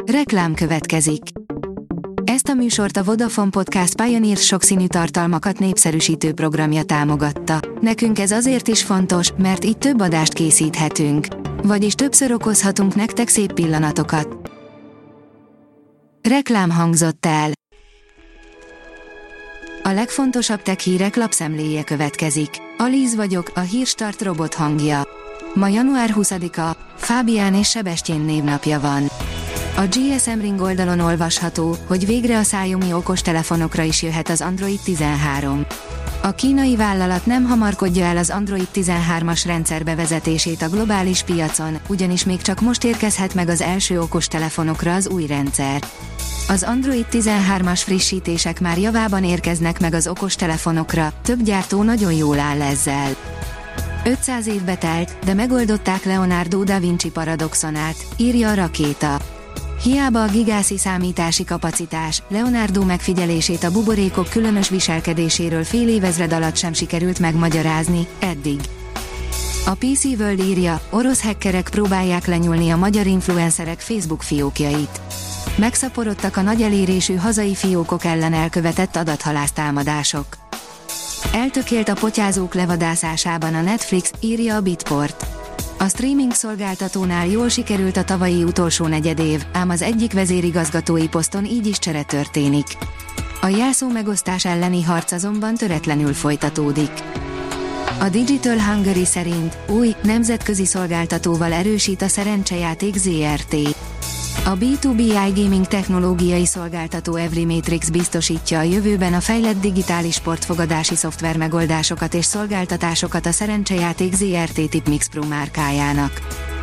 Reklám következik. Ezt a műsort a Vodafone Podcast Pioneer sokszínű tartalmakat népszerűsítő programja támogatta. Nekünk ez azért is fontos, mert így több adást készíthetünk. Vagyis többször okozhatunk nektek szép pillanatokat. Reklám hangzott el. A legfontosabb tech hírek lapszemléje következik. Alíz vagyok, a Hírstart robot hangja. Ma január 20-a, Fábián és Sebestyén névnapja van. A GSM Ring oldalon olvasható, hogy végre a Xiaomi okostelefonokra is jöhet az Android 13. A kínai vállalat nem hamarkodja el az Android 13-as rendszer bevezetését a globális piacon, ugyanis még csak most érkezhet meg az első okostelefonokra az új rendszer. Az Android 13-as frissítések már javában érkeznek meg az okostelefonokra, több gyártó nagyon jól áll ezzel. 500 évbe telt, de megoldották Leonardo da Vinci paradoxonát, írja a Rakéta. Hiába a gigászi számítási kapacitás, Leonardo megfigyelését a buborékok különös viselkedéséről fél évezred alatt sem sikerült megmagyarázni, eddig. A PC World írja, orosz hackerek próbálják lenyúlni a magyar influencerek Facebook fiókjait. Megszaporodtak a nagy elérésű hazai fiókok ellen elkövetett adathalásztámadások. Eltökélt a potyázók levadászásában a Netflix, írja a Bitport. A streaming szolgáltatónál jól sikerült a tavalyi utolsó negyedév, ám az egyik vezérigazgatói poszton így is csere történik. A jelszó megosztás elleni harc azonban töretlenül folytatódik. A Digital Hungary szerint új, nemzetközi szolgáltatóval erősít a szerencsejáték ZRT. A B2B iGaming technológiai szolgáltató Everymatrix biztosítja a jövőben a fejlett digitális sportfogadási szoftver megoldásokat és szolgáltatásokat a szerencsejáték ZRT Tipmix Pro márkájának.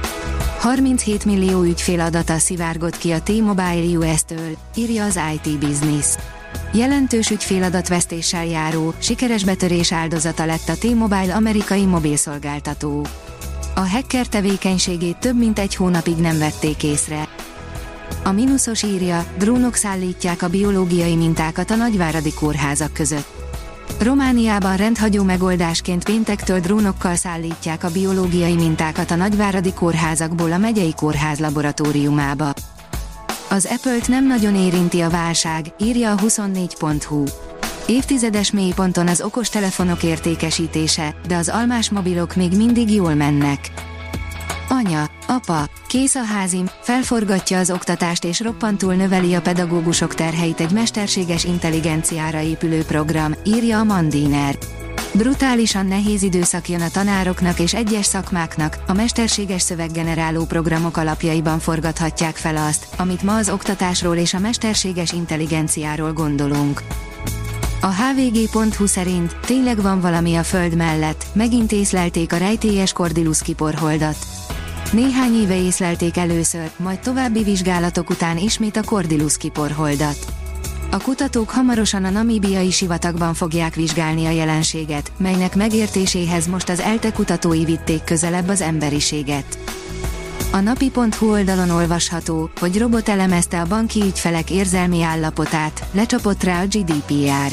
37 millió ügyfél adata szivárgott ki a T-Mobile US-től, írja az IT Business. Jelentős ügyféladatvesztéssel járó, sikeres betörés áldozata lett a T-Mobile amerikai mobilszolgáltató. A hacker tevékenységét több mint egy hónapig nem vették észre. A Minusos írja, drónok szállítják a biológiai mintákat a nagyváradi kórházak között. Romániában rendhagyó megoldásként péntektől drónokkal szállítják a biológiai mintákat a nagyváradi kórházakból a megyei kórház laboratóriumába. Az Apple-t nem nagyon érinti a válság, írja a 24.hu. Évtizedes mélyponton az okostelefonok értékesítése, de az almás mobilok még mindig jól mennek. Anya, apa, kész a házim, felforgatja az oktatást és roppantul növeli a pedagógusok terheit egy mesterséges intelligenciára épülő program, írja a Mandiner. Brutálisan nehéz időszak jön a tanároknak és egyes szakmáknak, a mesterséges szöveggeneráló programok alapjaiban forgathatják fel azt, amit ma az oktatásról és a mesterséges intelligenciáról gondolunk. A hvg.hu szerint tényleg van valami a Föld mellett, megint észlelték a rejtélyes Cordylus kiporholdat. Néhány éve észlelték először, majd további vizsgálatok után ismét a Cordylus kiporholdat. A kutatók hamarosan a namíbiai sivatagban fogják vizsgálni a jelenséget, melynek megértéséhez most az ELTE kutatói vitték közelebb az emberiséget. A napi.hu oldalon olvasható, hogy robot elemezte a banki ügyfelek érzelmi állapotát, lecsapott rá a GDPR.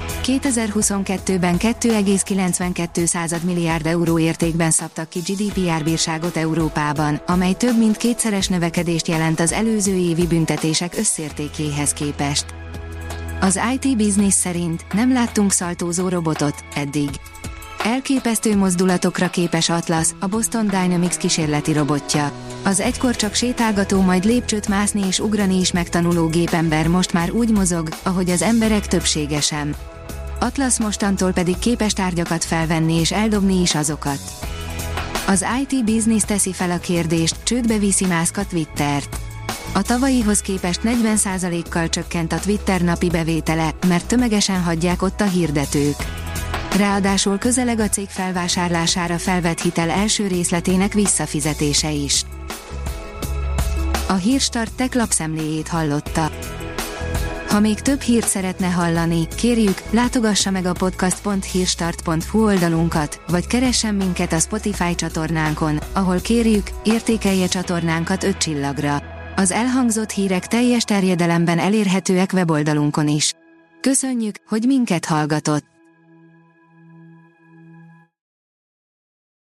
2022-ben 2,92 milliárd euró értékben szabtak ki GDPR bírságot Európában, amely több mint kétszeres növekedést jelent az előző évi büntetések összértékéhez képest. Az IT Business szerint nem láttunk szaltózó robotot, eddig. Elképesztő mozdulatokra képes Atlas, a Boston Dynamics kísérleti robotja. Az egykor csak sétálgató, majd lépcsőt mászni és ugrani is megtanuló gépember most már úgy mozog, ahogy az emberek többsége sem. Atlas mostantól pedig képes tárgyakat felvenni és eldobni is azokat. Az IT Business teszi fel a kérdést, csődbe viszi Musk a Twittert. A tavalyihoz képest 40%-kal csökkent a Twitter napi bevétele, mert tömegesen hagyják ott a hirdetők. Ráadásul közeleg a cég felvásárlására felvett hitel első részletének visszafizetése is. A Hírstart tech lapszemléjét hallotta. Ha még több hírt szeretne hallani, kérjük, látogassa meg a podcast.hírstart.hu oldalunkat, vagy keressen minket a Spotify csatornánkon, ahol kérjük, értékelje csatornánkat 5 csillagra. Az elhangzott hírek teljes terjedelemben elérhetőek weboldalunkon is. Köszönjük, hogy minket hallgatott!